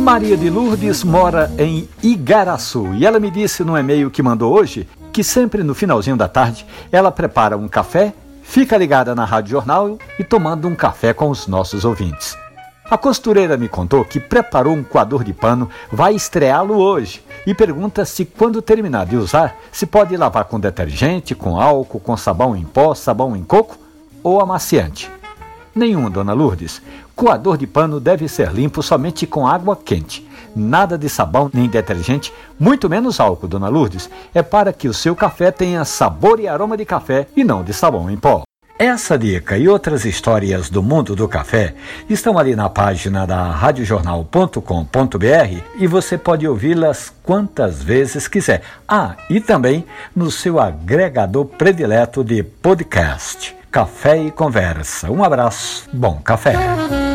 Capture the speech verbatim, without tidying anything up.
Maria de Lourdes mora em Igaraçu e ela me disse no e-mail que mandou hoje que sempre no finalzinho da tarde ela prepara um café, fica ligada na Rádio Jornal e tomando um café com os nossos ouvintes. A costureira me contou que preparou um coador de pano, vai estreá-lo hoje e pergunta se quando terminar de usar, se pode lavar com detergente, com álcool, com sabão em pó, sabão em coco ou amaciante. Nenhum, dona Lourdes. Coador de pano deve ser limpo somente com água quente. Nada de sabão nem detergente, muito menos álcool, dona Lourdes. É para que o seu café tenha sabor e aroma de café e não de sabão em pó. Essa dica e outras histórias do mundo do café estão ali na página da rádio jornal ponto com ponto b r e você pode ouvi-las quantas vezes quiser. Ah, e também no seu agregador predileto de podcast. Café e Conversa. Um abraço, bom café.